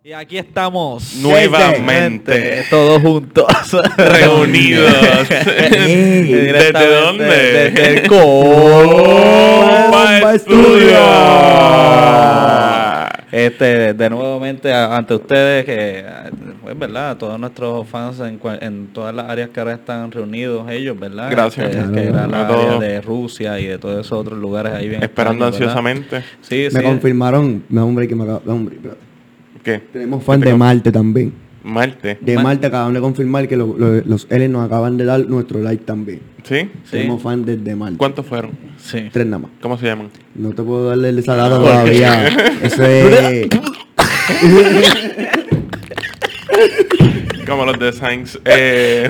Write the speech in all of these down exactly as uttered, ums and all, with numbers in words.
Y aquí estamos nuevamente, todos juntos, reunidos. ¿Desde dónde? Desde el Compa Studio. Este, de nuevamente ante ustedes, que es verdad, todos nuestros fans en, en todas las áreas que ahora están reunidos, ellos, ¿verdad? Gracias. Este, Claro, que era la todo. área de Rusia y de todos esos otros lugares ahí bien Esperando extraños, ansiosamente. Sí, me sí. confirmaron, me hombre que me acaba, hombre, espérate. ¿Qué? Tenemos fan de Marte también. Marte. De Ma- Marte acaban de confirmar que lo- lo- los L nos acaban de dar nuestro like también. ¿Sí? Sí. Tenemos fan desde Marte. ¿Cuántos fueron? Sí. Tres nada más. ¿Cómo se llaman? No te puedo darle esa data todavía. Eso es... Como los de Sainz. Eh,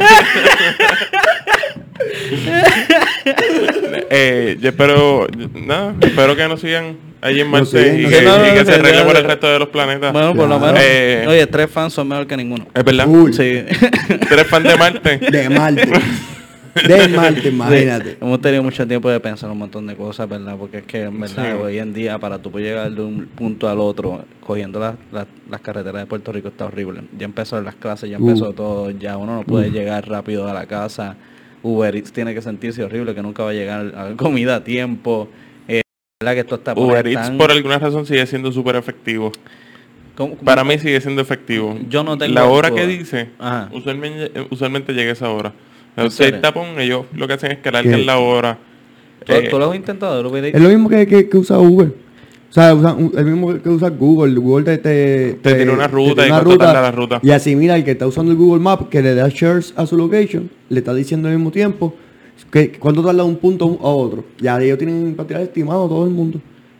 eh, yo espero, nada, espero que nos sigan ahí en Marte siguen, y, nos que, siguen. y que No, no, se no, arregle no, por no. el resto de los planetas. Bueno, por lo Claro. menos. Eh, Oye, tres fans son mejor que ninguno. ¿Es verdad? Uy. Sí. ¿Tú eres fan de Marte? De Marte. De Marte, imagínate. Sí, hemos tenido mucho tiempo de pensar un montón de cosas, ¿verdad? Porque es que, en verdad, Sí. hoy en día, para tú poder llegar de un punto al otro, cogiendo las, las, las carreteras de Puerto Rico, está horrible. Ya empezó las clases, ya empezó Uh. todo, ya uno no puede Uh. llegar rápido a la casa. Uber Eats tiene que sentirse horrible, que nunca va a llegar a la comida a tiempo. Eh, ¿verdad? Que esto está Uber Eats tan- por alguna razón sigue siendo súper efectivo. ¿Cómo- cómo- Para mí sigue siendo efectivo. Yo no tengo La hora toda. que dice, Ajá. usualmente, usualmente llega a esa hora. ¿En Si hay serio? tapón, ellos lo que hacen es que alargan ¿Qué? la hora. ¿Tú, Eh, tú lo has intentado, el Uber Eats? Es lo mismo que, que, que usa Uber. O sea, usa, un- el mismo que usa Google. Google te, te, Te tira una ruta tira y una cuánto tarda la ruta. Y así, mira, el que está usando el Google Map, que le da shares a su location, le está diciendo al mismo tiempo que cuánto tarda un punto a otro. Ya ellos tienen para tirar estimado todo el mundo.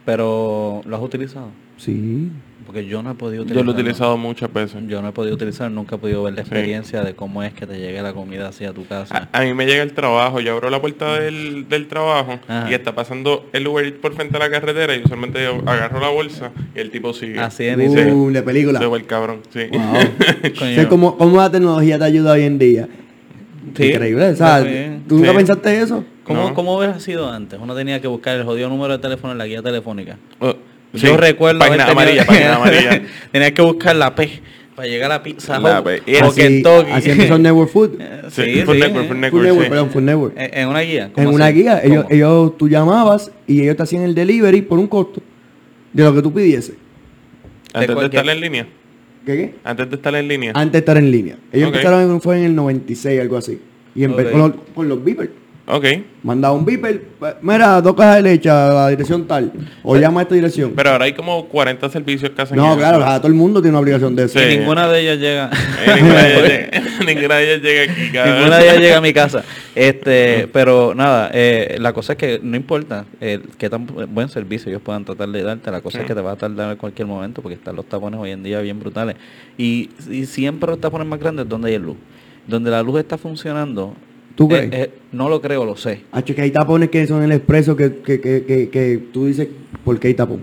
Pero, ¿lo has utilizado? Sí. Porque yo no he podido yo utilizarlo. lo he utilizado muchas veces. Yo no he podido utilizar, nunca he podido ver la Sí. experiencia de cómo es que te llegue la comida hacia tu casa. A, a mí me llega el trabajo, yo abro la puerta del, del trabajo Ajá. y está pasando el Uber Eats por frente a la carretera y usualmente yo agarro la bolsa y el tipo sigue. Así es, dice. Uh, de película. Se va el cabrón, sí. Wow. Coño. O sea, cómo, cómo la tecnología te ayuda hoy en día. Sí. Increíble. O sea, Está bien. ¿tú nunca Sí. pensaste eso? ¿Cómo, No. ¿Cómo hubiera sido antes? Uno tenía que buscar el jodido número de teléfono en la guía telefónica. Oh, Yo sí, recuerdo página haber tenido- amarilla, página amarilla. Tenías que buscar la P para llegar a Pizza La Hut P. Y o Así, Kentucky. así empezó Network Food. Eh, Sí, sí, Food sí, Network, eh. Food Network. Food Network, sí. perdón, Food Network. En en una guía. En ¿cómo una así? guía, ellos, ¿Cómo? ellos, tú llamabas y ellos te hacían el delivery por un costo de lo que tú pidiese. Antes de cualquier- estar en línea. ¿Qué qué? Antes de estar en línea. Antes de estar en línea. Ellos Ok. empezaron en- fue en el noventa y seis, algo así. Y empe- Ok. con, los, con los beepers. Ok. Mandaba un beeper, pa- mira, dos cajas de leche a la dirección tal. O llama a esta dirección. Pero ahora hay como cuarenta servicios que hacen no, eso. claro, a todo el mundo tiene una obligación de eso. Sí. Y ninguna de ellas llega. Eh, ninguna, de ellas llega, ninguna de ellas llega aquí. cabrón. Ninguna de ellas llega a mi casa. Este, pero nada, eh, la cosa es que no importa eh, qué tan bu- buen servicio ellos puedan tratar de darte, la cosa es que te va a tardar en cualquier momento porque están los tapones hoy en día bien brutales. Y, y siempre los tapones más grandes donde hay luz. Donde la luz está funcionando, ¿Tú eh, crees? eh, no lo creo, lo sé. Hacho, que hay tapones que son en el expreso que, que, que, que, que tú dices, ¿por qué hay tapón?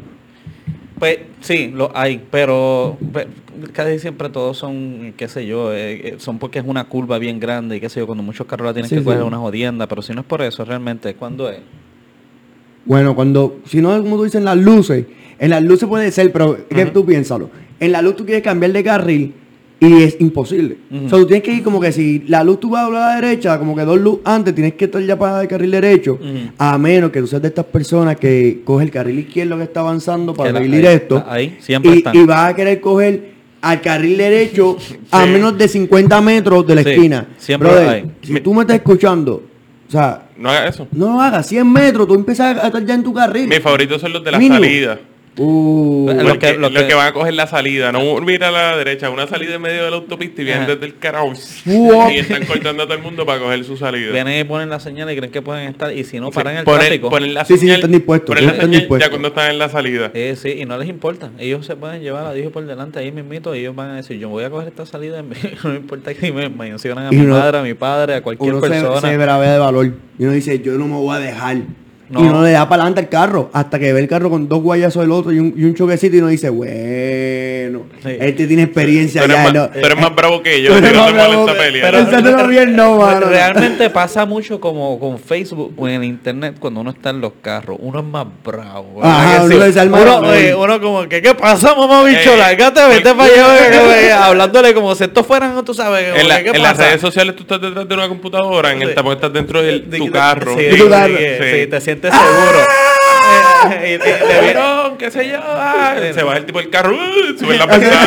Pues sí, lo hay, pero pe- casi siempre todos son, qué sé yo, eh, eh, son porque es una curva bien grande y qué sé yo, cuando muchos carros la tienen Sí, que sí. coger una jodienda, pero si no es por eso, realmente, ¿cuándo es? Bueno, cuando, si no, como tú dices, en las luces, en las luces puede ser, pero es que tú piénsalo. En la luz tú quieres cambiar de carril y es imposible. Ujú. O sea, tú tienes que ir como que si la luz tú vas a la derecha, como que dos luz antes, tienes que estar ya para el carril derecho, Ujú. a menos que tú seas de estas personas que coge el carril izquierdo que está avanzando para Que la- ir ahí- directo. ahí siempre y, están. y vas a querer coger al carril derecho a menos de cincuenta metros de la Sí, esquina. siempre Brother, hay. si tú me estás escuchando, o sea, No haga eso. no lo hagas, cien metros, tú empiezas a estar ya en tu carril. Mis favoritos son los de la Mínimo. salida. Uh, Lo Los que- que, lo los que- que van a coger la salida, no mira a la derecha, una salida en medio de la autopista y vienen Ajá. desde el carajo What? y están cortando a todo el mundo para coger su salida. Vienen y ponen la señal y creen que pueden estar, y si no Sí, paran el ponen- tráfico, ponen la Sí, sí, señal, están dispuestos, ponen la están señal dispuestos. ya cuando están en la salida. eh, sí, y no les importa, ellos se pueden llevar a Dios por delante ahí mismito y ellos van a decir, yo voy a coger esta salida, en vez- no me importa que me mencionan a Y mi uno- madre, a mi padre, a cualquier uno se, persona. se bravea de valor. Y uno dice, yo no me voy a dejar. No. y no le da para adelante al carro hasta que ve el carro con dos guayazos del otro y un, y un choquecito y uno dice, bueno, Sí. este tiene experiencia Pero ya. es más, no, pero es más bravo que yo. Tú Yo eres no más te bravo molesta que- pelear. pero- Pensándolo bien, no, mano. Realmente pasa mucho como con Facebook o en el internet cuando uno está en los carros. Uno es más bravo. ¿verdad Ajá, que uno sí? le desarma uno, la oye, ley. uno como que, ¿qué pasa, mamá bicho? Eh, Lárgate, vete pues- para allá. que- que- Hablándole como si estos fueran, tú sabes. como En, la- que, ¿qué en las pasa? redes sociales tú estás detrás de una computadora, en el Sí. tapón estás dentro de De- tu de- carro. Sí, ¿Y tu sí, carro? sí, Sí. sí, te sientes seguro. Eh, y- y- te- Cabrón, qué sé yo. ah, Se baja el tipo del carro, uh, sube la ventana.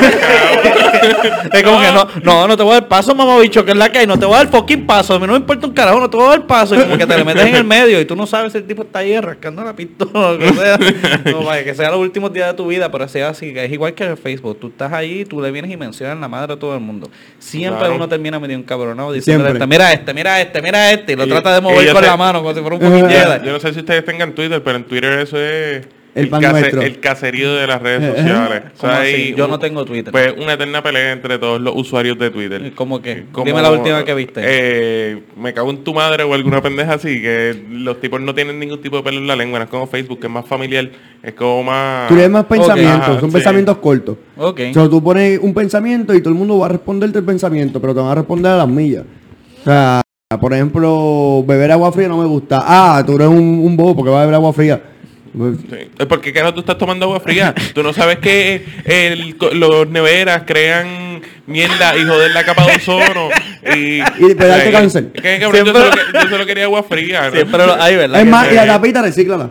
Es como que no, no, no te voy a dar paso, mamá bicho, que es la que hay, no te voy a dar fucking paso, a mí no me importa un carajo, no te voy a dar paso, y como que te le metes en el medio y tú no sabes si el tipo está ahí rascando la pistola, o lo que sea, no, vaya, que sea los últimos días de tu vida, pero sea así, que es igual que en Facebook, tú estás ahí, tú le vienes y mencionas la madre a todo el mundo, siempre Claro. uno termina medio encabronado diciendo, Siempre. mira este, mira este, mira este, y lo Y- trata de y mover yo con sé- la mano como si fuera un fucking Ajá. Jedi. Yo no sé si ustedes tengan Twitter, pero en Twitter eso es El pan case- nuestro. el caserío de las redes Eh, eh. sociales. O sea, ¿Cómo así? hay Yo un- no tengo Twitter. Pues una eterna pelea entre todos los usuarios de Twitter. ¿Cómo que? Como, Dime la última que viste. Eh, me cago en tu madre o alguna pendeja así, que los tipos no tienen ningún tipo de pelo en la lengua, no es como Facebook, que es más familiar, es como más... Tú lees más pensamientos, Ajá, son sí. pensamientos cortos. Ok. O sea, tú pones un pensamiento y todo el mundo va a responderte el pensamiento, pero te van a responder a las millas. O sea, por ejemplo, beber agua fría no me gusta. Ah, tú eres un, un bobo porque vas a beber agua fría. Pues, Sí. Es porque ¿qué no tú estás tomando agua fría? Tú no sabes que el, co- los neveras crean mierda y joder la capa de ozono y, Y después darte Ay, cáncer. que- que, cabrón, yo, Siempre- solo, que- yo solo quería agua fría. ¿no? Siempre lo hay, ¿verdad? Es Que más, se- y la tapita recíclala.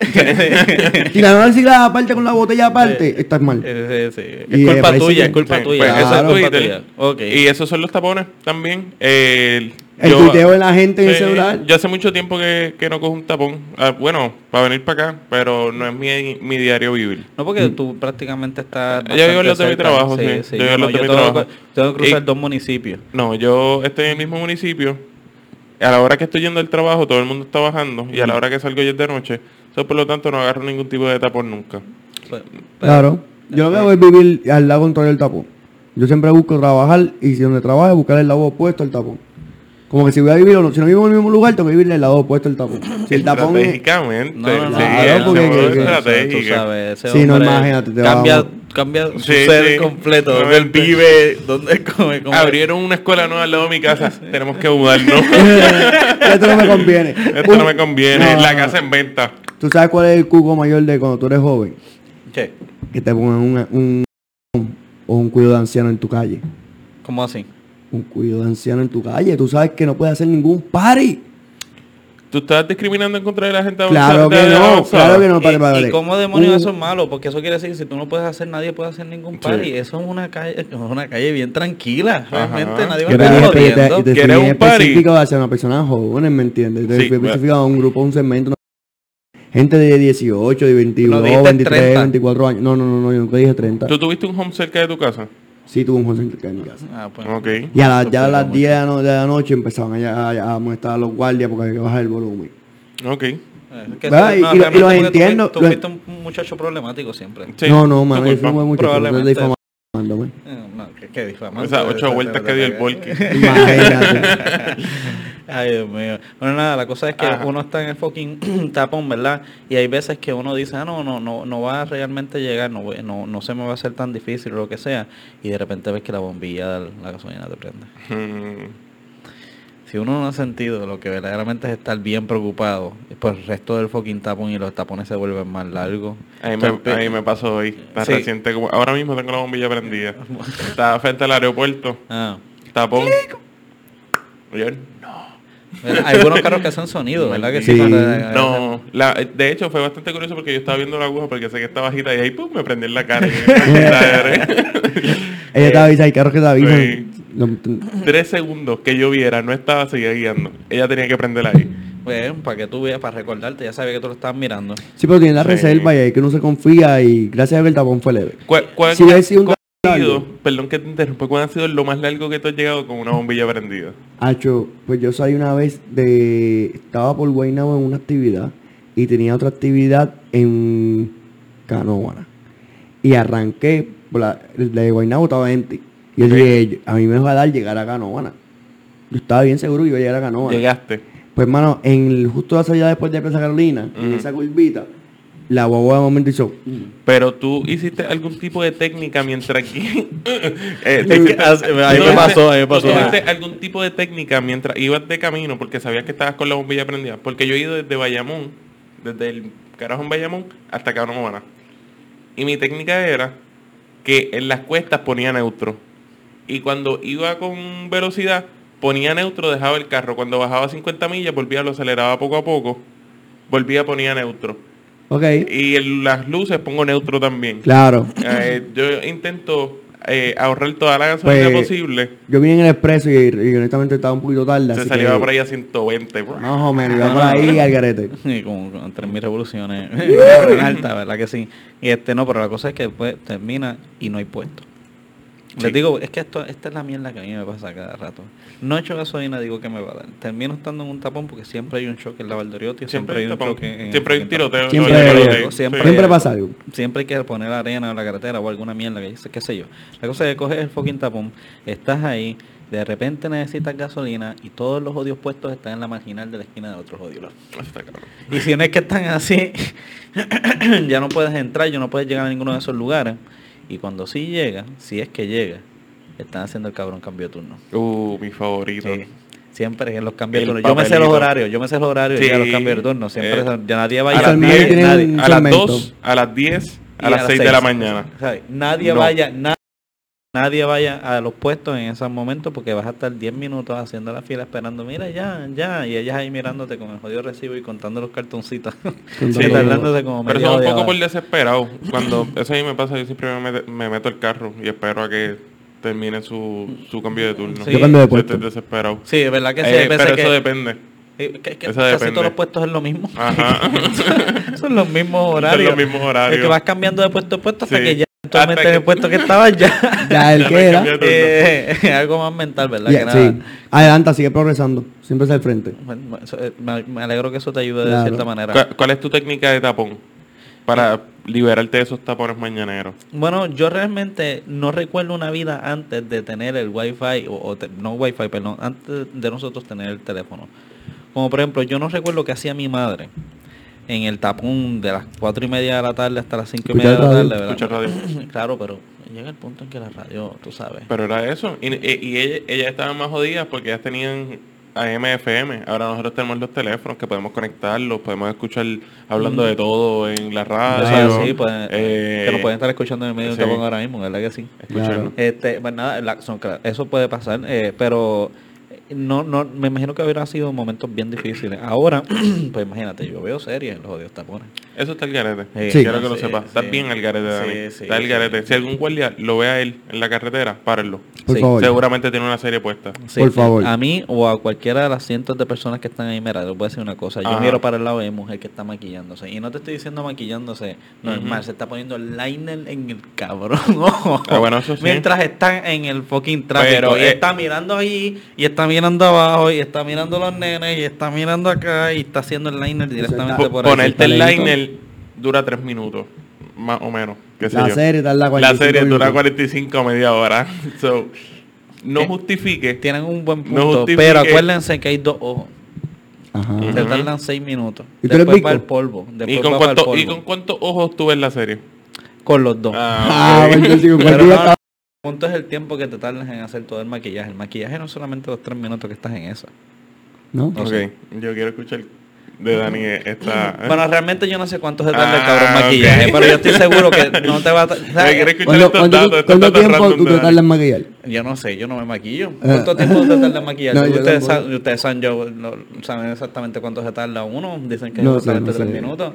Si la no reciclas aparte con la botella aparte, estás mal. Eh, sí, sí. Es Y, eh, culpa parece tuya, que- es culpa Sí, tuya. pues Eso eso es es culpa Twitter. tuya. Ok. Y esos son los tapones también. El, El tuiteo de la gente en el sí, celular. Yo hace mucho tiempo que, que no cojo un tapón. Ah, bueno, para venir para acá, pero no es mi, mi diario vivir. No, porque tú prácticamente estás. Yo vivo en los de mi bastante trabajo, cerca. sí. Yo vivo en no, los de yo mi tengo, trabajo. que- tengo que cruzar Y- dos municipios. No, yo estoy en el mismo municipio. A la hora que estoy yendo al trabajo, todo el mundo está bajando. Y a la hora que salgo yo es de noche. So, por lo tanto, no agarro ningún tipo de tapón nunca. Pues, Claro. Yo lo que hago es vivir al lado contrario del tapón. Yo siempre busco trabajar y si donde trabajo buscar el lado opuesto al tapón. Como que si voy a vivir, o no, si no vivo en el mismo lugar, tengo que vivir al lado opuesto al tapón. Si el tapón es, Estratégicamente. No, no, no. sí, Claro, ese porque- modo que- que- estratégico. Tú sabes, ese Sí, no, hombre imagínate, te cambia, vamos. cambia su Sí, ser sí. completo. No, Donde él este- vive, donde come, come. Abrieron una escuela nueva al lado de mi casa. Tenemos que mudarnos. esto no me conviene. Esto no me conviene. No, La no. casa en venta. ¿Tú sabes cuál es el cuco mayor de cuando tú eres joven? ¿Qué? Que te pongan una- un, o un cuido de anciano en tu calle. ¿Cómo así? Un cuido de anciano en tu calle. Tú sabes que no puedes hacer ningún party. ¿Tú estás discriminando en contra de la gente Claro avanzada- que de no, avanzada? claro que no, ¿Y, padre, padre. y cómo demonios Un- eso es malo? Porque eso quiere decir que si tú no puedes hacer, nadie puede hacer ningún party. Eso es una calle, es una calle bien tranquila. Realmente nadie va a Yo te estar dije, pero yo te- jodiendo. yo te ¿Quieres fui bien un party? específico hacia una persona joven, ¿me entiendes? Te Sí, fui bueno. específico a un grupo, un segmento. Gente de dieciocho, de veintidós, dijiste veintitrés, treinta. veinticuatro años. No, no, no, no, yo nunca dije treinta. ¿Tú tuviste un home cerca de tu casa? Sí, tuve un José en mi casa. Ah, pues. Ok. Y a, la- Eso ya a fue las como diez de la, no- de la noche empezaban a, a, a molestar a los guardias porque había que bajar el volumen. Ok. Eh, que ¿Verdad? eso- Y- no, y lo- y realmente los porque tú entiendo, fuiste- Tú lo- fuiste un muchacho problemático siempre. Sí, no, no, tu mano, yo fui culpa. muy mucho pero Probablemente. difamándome. Eh, No, que, que difamante. Esas ocho vueltas que dio el Volky. Imagínate. Ay, Dios mío. Bueno, nada, la cosa es que Ajá. uno está en el fucking tapón, ¿verdad? Y hay veces que uno dice, ah, no, no, no, no va a realmente llegar, no, voy- no, no se me va a hacer tan difícil o lo que sea. Y de repente ves que la bombilla de la gasolina te prende. Mm, Si uno no ha sentido lo que verdaderamente es estar bien preocupado por el resto del fucking tapón y los tapones se vuelven más largos. A mí, me, Entonces, a mí me pasó hoy. Está Sí. reciente. Como, ahora mismo tengo la bombilla prendida. Estaba frente al aeropuerto. ah, Tapón. Y yo, ¿verdad? Hay algunos carros que hacen sonido, ¿verdad? Que sí. Sí. cuando- No, la, de hecho fue bastante curioso porque yo estaba viendo la aguja porque sé que está bajita y ahí pum, me prendí en la cara. Y Ella estaba avisando, hay carros que te avisan. Sí. Lo- Tres segundos que yo viera, no estaba, seguía guiando. Ella tenía que prenderla ahí. Bueno, para que tú veas, para recordarte, ya sabía que tú lo estabas mirando. Sí, pero tiene la Sí. reserva y ahí que uno se confía y gracias a que el tapón fue leve. ¿Cuál, cuál, Si hubiera sido un cuál ha sido, largo. perdón que te interrumpa, ¿cuál ha sido lo más largo que tú has llegado con una bombilla prendida? Hacho, pues yo salí una vez de... Estaba por Guaynabo en una actividad y tenía otra actividad en Canóvana. Y arranqué, por la, el de Guaynabo estaba empty. Y yo Ok. dije, a mí me va a dar llegar a Canóvana. Yo estaba bien seguro que iba a llegar a Canóvana. Llegaste. Pues, mano, en el, justo la salida después de Plaza Carolina, en esa curvita, la guagua de momento hizo... Pero tú hiciste algún tipo de técnica mientras que... eh, Es que hace- a mí ¿tú me hiciste- pasó, a mí me tú pasó. hiciste algún tipo de técnica mientras ibas de camino porque sabías que estabas con la bombilla prendida? Porque yo he ido desde Bayamón, desde el carajo en Bayamón hasta Canóvana. Y mi técnica era que en las cuestas ponía neutro. Y cuando iba con velocidad, ponía neutro, dejaba el carro. Cuando bajaba cincuenta millas, volvía, lo aceleraba poco a poco. Volvía, ponía neutro. Ok, Y en las luces pongo neutro también. claro. Eh, yo intento eh, ahorrar toda la gasolina Pues, posible. Yo vine en el expreso y, y honestamente estaba un poquito tarde, Se así salía que... por ahí a ciento veinte. bro. Más o menos, iba por ahí al garete. Y como con tres mil revoluciones en alta, ¿verdad que sí? Y este no, pero la cosa es que después termina y no hay puesto. Sí. Les digo, es que esto, esta es la mierda que a mí me pasa cada rato. No he hecho gasolina, digo que me va a dar. Termino estando en un tapón porque siempre hay un choque en la Valdoriotti, siempre, hay un tapón. choque en Siempre hay un en tapón. tiroteo. Siempre no, hay- yo siempre- creo que- siempre- sí. Siempre pasa algo. Siempre hay que poner arena en la carretera o alguna mierda, que qué sé yo. La cosa es que coges el fucking tapón, estás ahí, de repente necesitas gasolina y todos los odios puestos están en la marginal de la esquina de otros odios. Está cabrón. Y si no es que están así, ya no puedes entrar, ya no puedes llegar a ninguno de esos lugares. Y cuando sí llega, si es que llega, están haciendo el cabrón cambio de turno. Uh, mi favorito. Sí. Siempre en los cambios de El turno. Yo me sé los papelito. horarios, yo me sé los horarios Sí. y ya los cambios de turno. Siempre Eh, son- ya nadie va a a ir las a diez, nadie, tienen nadie. un- A las segmento. dos, a las diez, Y a las seis de la mañana. O sea, nadie No. vaya, na- nadie vaya a los puestos en esos momentos porque vas a estar diez minutos haciendo la fila esperando, mira ya, ya, y ellas ahí mirándote con el jodido recibo y contando los cartoncitos. Sí. Y tardándose como Pero media son un hora. poco por desesperado. Cuando eso a mí me pasa, yo siempre me, mete- me meto el carro y espero a que termine su, su cambio de turno. Sí. Yo cambio de Yo puesto. estoy desesperado. Sí, es verdad que sí, Eh, hay veces pero que, eso depende. eh, que- que eso casi depende. todos los puestos es lo mismo. Ajá. Son los mismos horarios. los mismos horarios. Es que vas cambiando de puesto a puesto hasta Sí. que ya Hasta actualmente en que- el puesto que estabas ya. Ya el Ya que me era. cambié. eh, es algo más mental, ¿verdad? Ya, que nada. sí. Adelanta, sigue progresando. Siempre es al frente. Bueno, eso, eh, Me me alegro que eso te ayude de Claro. cierta manera. ¿Cuál, cuál es tu técnica de tapón? Para liberarte de esos tapones mañaneros. Bueno, yo realmente no recuerdo una vida antes de tener el wifi, o, o te- no wifi, perdón, antes de nosotros tener el teléfono. Como por ejemplo, yo no recuerdo que hacía mi madre en el tapón de las cuatro y media de la tarde hasta las cinco y media de la Escuchar tarde, radio. ¿verdad? Escuchar radio. Claro, pero llega el punto en que la radio, tú sabes. Pero era eso. Y, y, y ella- ellas estaban más jodidas porque ellas tenían A M F M. Ahora nosotros tenemos los teléfonos que podemos conectarlos, podemos escuchar hablando de todo en la radio. Ah, sí, pues, eh, que nos pueden estar escuchando en el medio sí. del tapón ahora mismo, ¿verdad que sí? escucharnos. Claro. Este, pues nada, la- son cla- eso puede pasar, eh, pero no, no, me imagino que hubiera sido momentos bien difíciles. Ahora, pues imagínate, yo veo series en los odios tapones. Eso está al garete. Sí. Quiero que lo Sí, sepas. Estás sí. bien al garete, Dani. Sí, sí, Está al sí, garete. sí. Si algún guardia lo ve a él en la carretera, párenlo. Por Sí, favor. Seguramente tiene una serie puesta. Sí, Por sí. favor. A mí o a cualquiera de las cientos de personas que están ahí, mira, les voy a decir una cosa. Yo Ajá. miro para el lado de mujer que está maquillándose. Y no te estoy diciendo maquillándose normal, Ujú. se está poniendo el liner en el cabrón. ojo. Ah, bueno, eso sí. Mientras están en el fucking tráfico. Pero, y eh, está mirando ahí, y está mirando abajo, y está mirando los nenes, y está mirando acá, y está haciendo el liner directamente está- por ahí. Ponerte el talento. liner dura tres minutos, más o menos. Qué sé La yo. serie tarda La cuarenta y cinco serie dura minutos. cuarenta y cinco a media hora. So, no Eh, justifique. Tienen un buen No punto, justifique- pero acuérdense que hay dos ojos. Ajá. Ujú. Se tardan seis minutos. ¿Y tú eres Después va bico? el polvo. Después ¿Y con, va para el cuánto, ¿Y polvo. con cuántos ojos tú ves la serie? Con los dos. Ah, ok. bueno, entonces, ¿con cuál Pero tú no, ya estabas? el punto es el tiempo que te tardas en hacer todo el maquillaje. El maquillaje no es solamente los tres minutos que estás en esa. ¿No? No Ok, sé. yo quiero escuchar de Dani esta... Bueno, realmente yo no sé cuánto se tarda el Ah, cabrón ok. maquillaje, pero yo estoy seguro que no te va a... ta- Yo ¿sabes? quiero escuchar ¿Cuánto, estos cuánto- datos, estos cuánto datos tiempo random tú de te Dani. tardas en maquillar? Yo no sé, yo no me maquillo. Ah. ¿Cuánto tiempo te tarda en maquillar? No, yo ustedes, tampoco. saben, ustedes saben, yo, no, saben exactamente cuánto se tarda uno. Dicen que No es sé, exactamente no tres sé. minutos.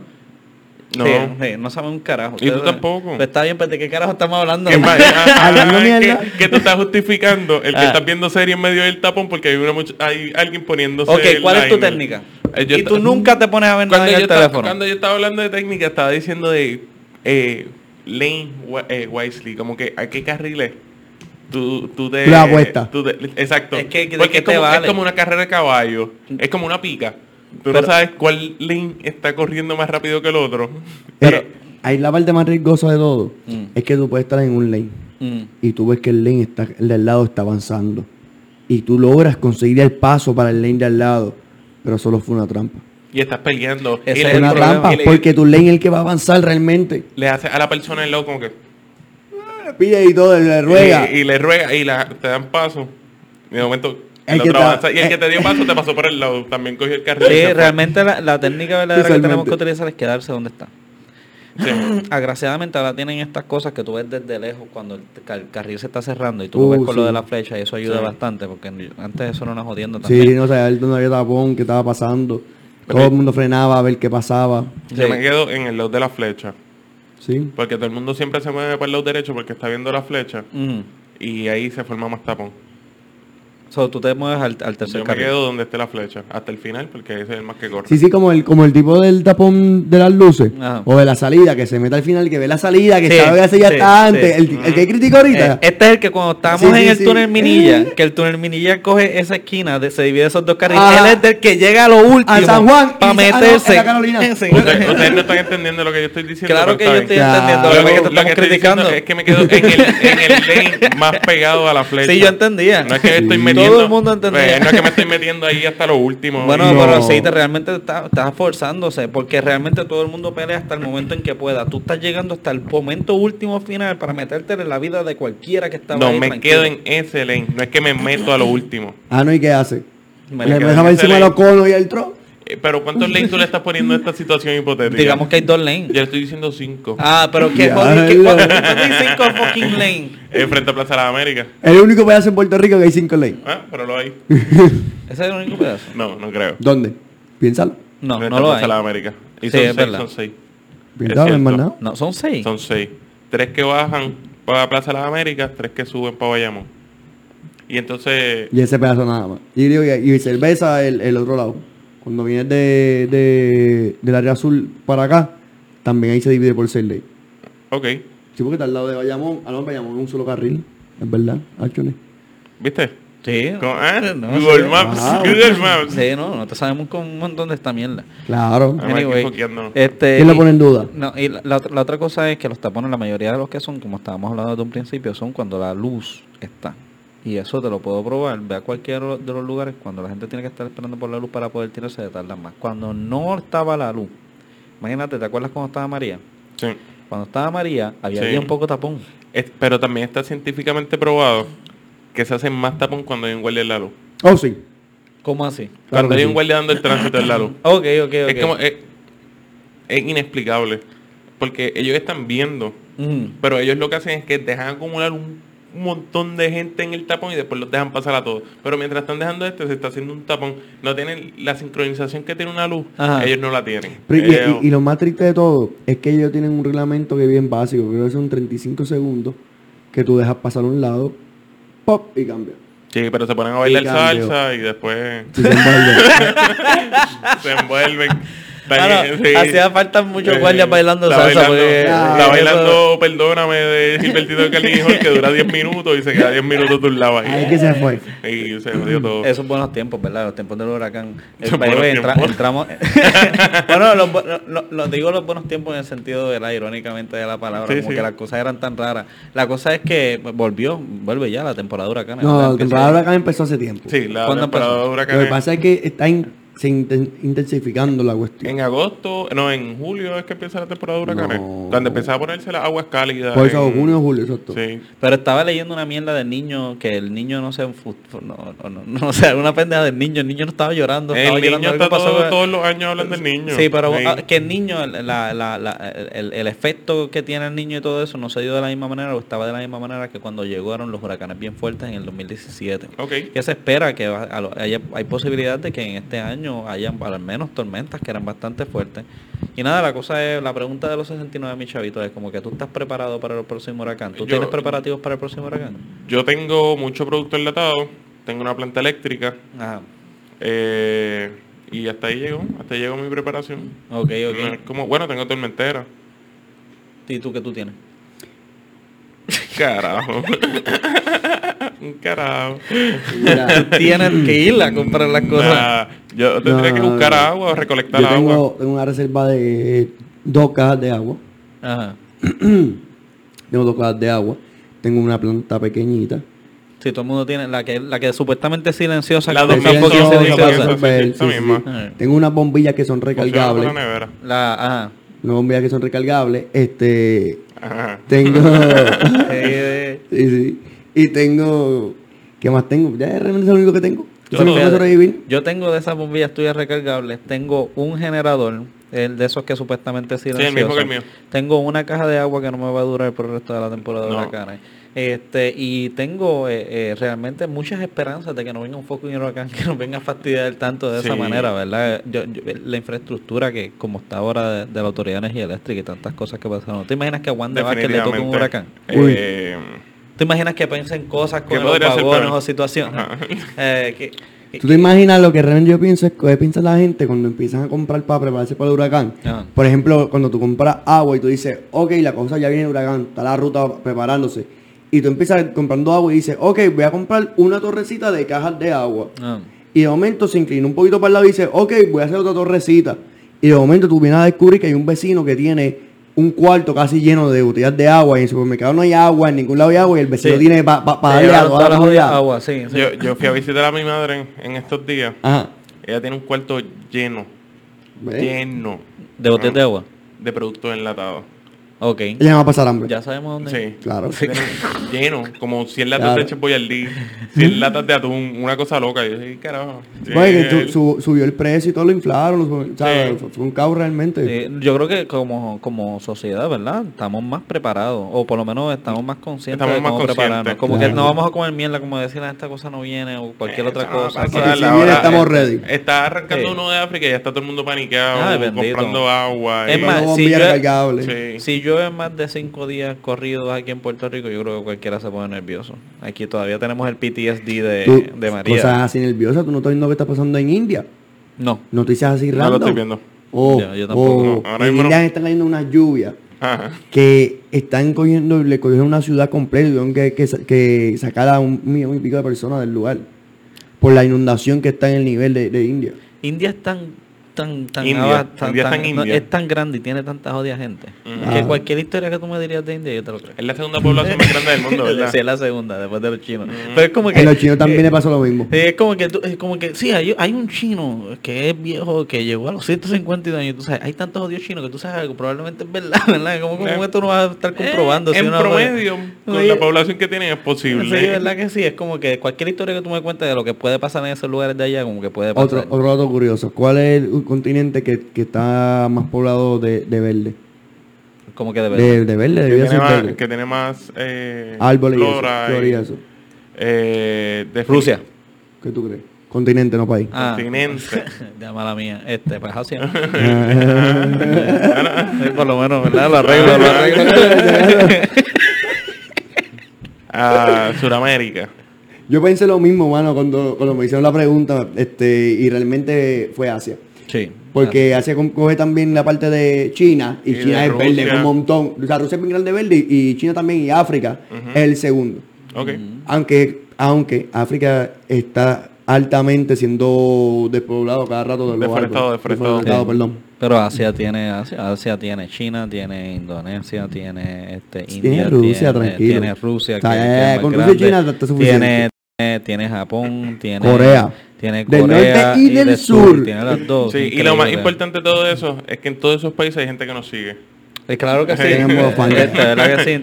No. Sí, sí, no saben un carajo. ¿Y tú Ustedes- tampoco? Pues está bien, pero ¿de qué carajo estamos hablando? ¿Qué más? Ah, Hablando ah, mierda. que, que tú estás justificando el que Ah. estás viendo serie en medio del tapón porque hay, una much- hay alguien poniéndose Ok, el ¿cuál es tu liner. técnica? Eh, yo y tú esta- nunca te pones a ver nada cuando en yo, el estaba, teléfono. cuando yo estaba hablando de técnica estaba diciendo de eh, lane wi- eh, wisely, como que a qué carriles tú, tú te... Tú le apuestas. tú te- exacto. Es que, ¿de porque qué es te como, vale? es como una carrera de caballo, es como una pica. Tú Pero- no sabes cuál lane está corriendo más rápido que el otro. Pero Eh, ahí la parte más riesgosa de todo Mm. es que tú puedes estar en un lane Mm. y tú ves que el lane está, el de al lado está avanzando y tú logras conseguir el paso para el lane de al lado pero solo fue una trampa. Y estás peleando. Ese y es Es le, el una problema. trampa, y le- porque tu lane es el que va a avanzar realmente. le hace a la persona el lado como que... Le pide y todo, le ruega. Y, y le ruega y la, te dan paso. Y de momento El el que otro ta- avanza. Y el que eh, te dio paso te pasó por el lado. También cogió el carril. y Sí, se fue. realmente la, la técnica verdadera que tenemos Totalmente. que utilizar es quedarse donde está. Sí. Agraciadamente ahora tienen estas cosas que tú ves desde lejos cuando el, ca- el carril se está cerrando y tú lo Uh, ves con lo sí. de la flecha y eso ayuda Sí. bastante porque antes eso era una jodienda también. Sí, no sé, él no había tapón, qué estaba pasando. Pero- Todo el mundo frenaba a ver qué pasaba. Yo Sí. me quedo en el lado de la flecha. Sí. Porque todo el mundo siempre se mueve por el lado derecho porque está viendo la flecha. Ujú. Y ahí se forma más tapón. So, tú te mueves al, al tercer Yo me carril. quedo donde esté la flecha. Hasta el final porque ese es el más que corre. Sí, sí, como el, como el tipo del tapón de las luces. Ajá. O de la salida, que se mete al final, que ve la salida, que Sí, sabe que ese ya sí, está sí. antes. El, el que criticó ahorita. Eh, este es el que cuando estábamos Sí, sí, en el sí. túnel Minilla, que el túnel Minilla coge esa esquina, de- se divide esos dos carriles. Ajá. Él es del que llega a lo último. A San Juan para y dice, ah, no, meterse. en la Carolina. Sí. Ustedes, ustedes no están entendiendo lo que yo estoy diciendo. Claro que pero yo está estoy bien. Ya. entendiendo. Lo Lo que Lo te estamos que estoy criticando. diciendo es que me quedo en el, en el lane más pegado a la flecha. Sí, yo entendía. No es que estoy Sí. metiendo. Todo el mundo entendía. Eh, no es que me estoy metiendo ahí hasta lo último. Bueno, No. pero sí, te realmente está- estás forzándose, porque realmente todo el mundo pelea hasta el momento en que pueda. Tú estás llegando hasta el momento último final para meterte en la vida de cualquiera que estaba no, ahí me tranquilo. quedo en ese lane. No es que me meto a lo último. Ah, no, ¿y qué hace? Me Le quedo dejaba en ese encima de lane. los conos y el tro. Eh, pero ¿cuántos lanes tú le estás poniendo a esta situación hipotética? Digamos que hay dos lanes. Yo le estoy diciendo cinco. Ah, pero qué Ya, jodido. ¿Qué lo- cuánto hay cinco fucking lanes? Eh, frente a Plaza de las Américas. El único pedazo en Puerto Rico que hay cinco lanes. Ah, pero lo hay. Ese es el único pedazo. No, no creo. ¿Dónde? Piénsalo. No, Frente no a lo Plaza hay. de las Américas. Y Sí, son es seis, verdad. son seis. Piénsalo, Es hermano. cierto. No, son seis. Son seis. Tres que bajan para Plaza de las Américas, tres que suben para Bayamón. Y entonces, Y ese pedazo nada más. Y, digo, y, y cerveza el, el otro lado. Cuando vienes de, de, del área azul para acá, también ahí se divide por seis lanes. ok, Sí, porque está al lado de Bayamón. Ah, no, Bayamón es un solo carril. Es verdad, Archone. ¿viste? Sí. Con, ah, No, Google sí. Maps, Wow. Google Maps. Sí, no, no te sabemos con un montón de esta mierda. Claro. Ah, Anyway, aquí foqueando. este, ¿Quién lo y- pone en duda? No, y la, la otra- la otra cosa es que los tapones, la mayoría de los que son, como estábamos hablando desde un principio, son cuando la luz está. Y eso te lo puedo probar. Ve a cualquiera de los lugares, cuando la gente tiene que estar esperando por la luz para poder tirarse, se tardan más. Cuando no estaba la luz, imagínate, ¿te acuerdas cuando estaba María? Sí. Cuando estaba María, había Sí. bien poco tapón. Es- pero también está científicamente probado que se hace más tapón cuando hay un guardia en la luz. Oh, sí. ¿Cómo así? Claro Cuando que hay sí. un guardia dando el tránsito en la luz. Ok, ok, ok. Es como, es, es inexplicable. Porque ellos están viendo, Ujú. pero ellos lo que hacen es que dejan acumular un, un montón de gente en el tapón y después los dejan pasar a todos. Pero mientras están dejando este, se está haciendo un tapón. No tienen la sincronización que tiene una luz. Ajá. Ellos no la tienen. Pero y, Ellos- y- y lo más triste de todo es que ellos tienen un reglamento que es bien básico. Creo que son treinta y cinco segundos que tú dejas pasar a un lado, pop y cambia. Sí, pero se ponen a bailar Y cambio. salsa y después Si se envuelve. se envuelven. Están- Ah, no, sí. hacía falta muchos Eh, guardias bailando está salsa. bailando, porque, está eh, bailando Perdóname de Gilbertito de Carlinhos que dura diez minutos y se queda diez minutos de un lado ahí. Ahí que se fue. Y se jodió todo. Esos buenos tiempos, ¿verdad? Los tiempos del huracán. El Esos país, buenos entra- tiempos. entramos. bueno, los, bu- lo- lo digo los buenos tiempos en el sentido de la irónicamente de la palabra, Sí, como sí. que las cosas eran tan raras. La cosa es que volvió, vuelve ya la temporada huracán. No, la temporada de huracán empezó hace tiempo. Sí, la ¿Cuándo temporada de Lo que huracanes. pasa es que está in- se inten- intensificando la cuestión. En agosto, no, en julio es que empieza la temporada de huracanes. No. Donde empezaba a ponerse las aguas cálidas. Por eso, en- junio, julio, exacto. Sí. Pero estaba leyendo una mierda del niño, que el niño no se... fu- fu- No, no, no, no, o sea, una pendeja del niño. El niño no estaba llorando. estaba El llorando, niño algo está pasó todo- con- todos los años hablando del niño. Sí, pero Sí. ah, que el niño, la, la, la, el, el efecto que tiene el niño y todo eso no se dio de la misma manera o estaba de la misma manera que cuando llegaron los huracanes bien fuertes en el dos mil diecisiete. Ok. Que se espera que va- a lo- haya- hay posibilidad de que en este año hayan al menos tormentas que eran bastante fuertes. Y nada, la cosa es, la pregunta de los sesenta y nueve, mi chavito, es como que tú estás preparado para el próximo huracán. ¿Tú Yo- tienes preparativos para el próximo huracán? Yo tengo mucho producto enlatado. Tengo una planta eléctrica. Ajá. eh, y hasta ahí llegó. Hasta ahí llegó mi preparación. Ok, No ok. es como, bueno, tengo tormentera. ¿Y tú qué tú tienes? Carajo. Un carajo. Mira, Tienes que ir a comprar las cosas. Nah, yo tendría No, que no, buscar no. agua o recolectar yo agua. tengo, tengo una reserva de dos cajas de agua. Ajá. Tengo dos cajas de agua. Tengo una planta pequeñita. Si todo el mundo tiene, la que la que supuestamente es silenciosa, La que dos no mil tampoco es son, silenciosa. esa, resolver, esa sí, sí. misma. Ah. Tengo unas bombillas que son Funciona recargables. con la nevera. La, ajá. Unas bombillas que son recargables. Este. Ajá. Tengo. Eh, sí, sí. Y tengo. ¿Qué más tengo? Ya realmente es lo único que tengo. Yo Eso me tengo- puede sobrevivir. Yo tengo de esas bombillas tuyas recargables, tengo un generador, el de esos que supuestamente es Sí, el silencioso. mismo que el mío. Tengo una caja de agua que no me va a durar por el resto de la temporada de No. huracanes. Este, y tengo eh, eh, realmente muchas esperanzas de que no venga un fucking huracán que nos venga a fastidiar tanto de esa Sí. manera, ¿verdad? Yo- yo- la infraestructura que como está ahora de, de la Autoridad de Energía Eléctrica y tantas cosas que pasaron. ¿Te imaginas que a Wanda Vázquez le toque un huracán? Eh, ¿Te imaginas que piensen cosas ¿Qué con los podría ser vagones peor? o situaciones? Ajá. Eh, que, ¿Tú te imaginas lo que realmente yo pienso? Es que piensa la gente cuando empiezan a comprar para prepararse para el huracán. Ajá. Por ejemplo, cuando tú compras agua y tú dices, ok, la cosa ya viene el huracán, está la ruta preparándose. Y tú empiezas comprando agua y dices, ok, voy a comprar una torrecita de cajas de agua. ah. Y de momento se inclina un poquito para el lado y dice, ok, voy a hacer otra torrecita. Y de momento tú vienes a descubrir que hay un vecino que tiene un cuarto casi lleno de botellas de agua y en el supermercado no hay agua, en ningún lado hay agua y el vecino Sí. tiene para pa, pa Te darle a llevaron toda la todas las comunidad. jodidas agua, sí, sí. yo, yo fui a visitar a mi madre en, en estos días. Ajá. Ella tiene un cuarto lleno, ¿Ves? lleno ¿De botellas de agua? de productos enlatados. Ok. Ella me va a pasar hambre. Ya sabemos dónde. Sí. Claro. Tiene lleno, como cien latas Claro. de Chef Boyardee, cien latas de atún, una cosa loca. Y yo dije, carajo. Oye, que Eh, su- su- subió el precio y todo lo inflaron. lo- o sea, Sí. fue, fue un caos realmente. Sí, yo creo que como, como sociedad, ¿verdad? Estamos más preparados, o por lo menos estamos más conscientes Estamos de más cómo prepararnos. conscientes. Como Claro. que no vamos a comer mierda, como decir, "Ah, esta cosa no viene, o cualquier otra eso no va a cosa. pasar. Porque si Ahora, viene, estamos eh, ready. Está arrancando Sí. uno de África y ya está todo el mundo paniqueado, Ay, bendito. comprando agua. Es y- más, Una si bombilla yo- recargable. Sí. Si llueve más de cinco días corridos aquí en Puerto Rico, yo creo que cualquiera se pone nervioso. Aquí todavía tenemos el P T S D de, Tú, de María. Cosas así nerviosas. Tú no estás viendo qué está pasando en India. No. Noticias así No random. lo estoy viendo. Oh, Ya, yo tampoco. oh, No, ahora en mismo no. India están cayendo unas lluvias Ajá. que están cogiendo, le cogieron una ciudad completa y tuvieron que, que, sa- que sacar a un millón y pico de personas del lugar por la inundación que está en el nivel de, de India. India es tan tan tan, India. aba- tan- India está tan- en no, India. es tan grande y tiene tanta jodida gente Ujú. que Ah. cualquier historia que tú me dirías de India yo te lo creo. Es la segunda población más grande del mundo, ¿verdad? Sí, es la segunda después de los chinos. Pero es como que En los chinos también eh, le pasó lo mismo. Sí, es como que, tú- es como que sí, hay, hay un chino que es viejo, que llegó a los ciento cincuenta años, y tú sabes, hay tantos odios chinos que tú sabes que probablemente es verdad, ¿verdad? Como, como Eh, que tú no vas a estar comprobando. Eh, si en uno- promedio, con Sí. la población que tienen es posible. Sí, verdad que sí, es como que cualquier historia que tú me cuentes de lo que puede pasar en esos lugares de allá, como que puede pasar. Otro, otro dato curioso. ¿Cuál es el continente que, que está más poblado de, de verde? Como que de verdad. De, de verde, que, debería tiene ser más, verde. que tiene más eh, Árboles y eso, flora flora y eso. eh, de Rusia. ¿Qué tú crees? Continente, no país. Ah, continente. ya mala mía. Este, pues Asia. Sí, por lo menos, ¿verdad? Lo arreglo, lo arreglo. a Sudamérica. Yo pensé lo mismo, mano, cuando, cuando me hicieron la pregunta, este, y realmente fue Asia. Sí. Porque Asia co- coge también la parte de China, y, Y de China es verde, Rusia. un montón. O sea, Rusia es bien grande verde, y, y China también, y África Ujú. es el segundo. Ok. Aunque, aunque África está altamente siendo despoblado cada rato de los Deforestado, árboles. deforestado. Deforestado, Sí. perdón. Pero Asia tiene, Asia, Asia tiene China, tiene Indonesia, tiene este, Tiene India, Rusia, tiene, tranquilo. tiene Rusia, O sea, que- que es eh, más con Rusia y grande. China está suficiente. Tiene, tiene, tiene Japón, tiene Corea. tiene Del Corea norte y del del sur. tiene las dos. Sí, y lo más increíble. importante de todo eso es que en todos esos países hay gente que nos sigue. Eh, claro que sí. Tenemos fans. Este, ¿verdad que sí?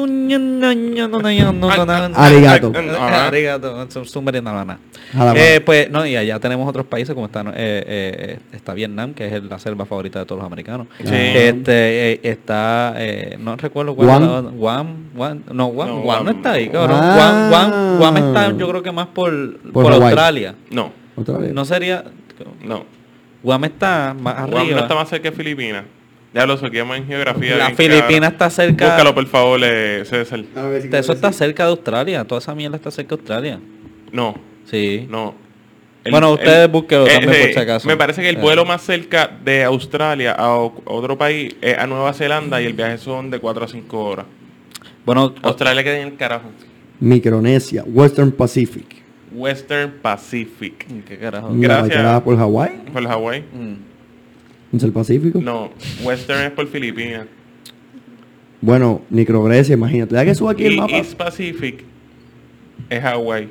Arigato. Ajá. Arigato. Submarina lana. Jala, Eh, pues, no, y allá tenemos otros países como está, eh, eh, está Vietnam, que es el- la selva favorita de todos los americanos. Sí. Este, eh, está, eh, no recuerdo cuál Guam. es la otra- Guam, Guam, no, Guam, No, Guam, Guam. no está ahí, cabrón. Ah. Guam, Guam, Guam está, yo creo que más por, Por por, Hawái. Australia. No, Otra vez. No sería, no. Guam está más Guam arriba. no está más cerca de Filipinas. Ya lo saqueamos en geografía. La bien Filipina cara. está cerca. Búscalo, por favor, eh, César. A ver si Eso está creo que sí. cerca de Australia. Toda esa mierda está cerca de Australia. No, Sí. no. Bueno, ustedes búsquenlo también, por si acaso. Me parece que el Eh. vuelo más cerca de Australia a o- otro país es a Nueva Zelanda y el viaje son de cuatro a cinco horas. Bueno, Australia queda en el carajo. Micronesia, Western Pacific. Western Pacific. ¿qué carajo? La Gracias. bailarada por Hawái, ¿Por el Hawái? Mm. ¿es el Pacífico? No, Western es por Filipinas. Bueno, Microgrecia, imagínate. ¿Da que suba aquí el Y mapa? East Pacific es Hawái,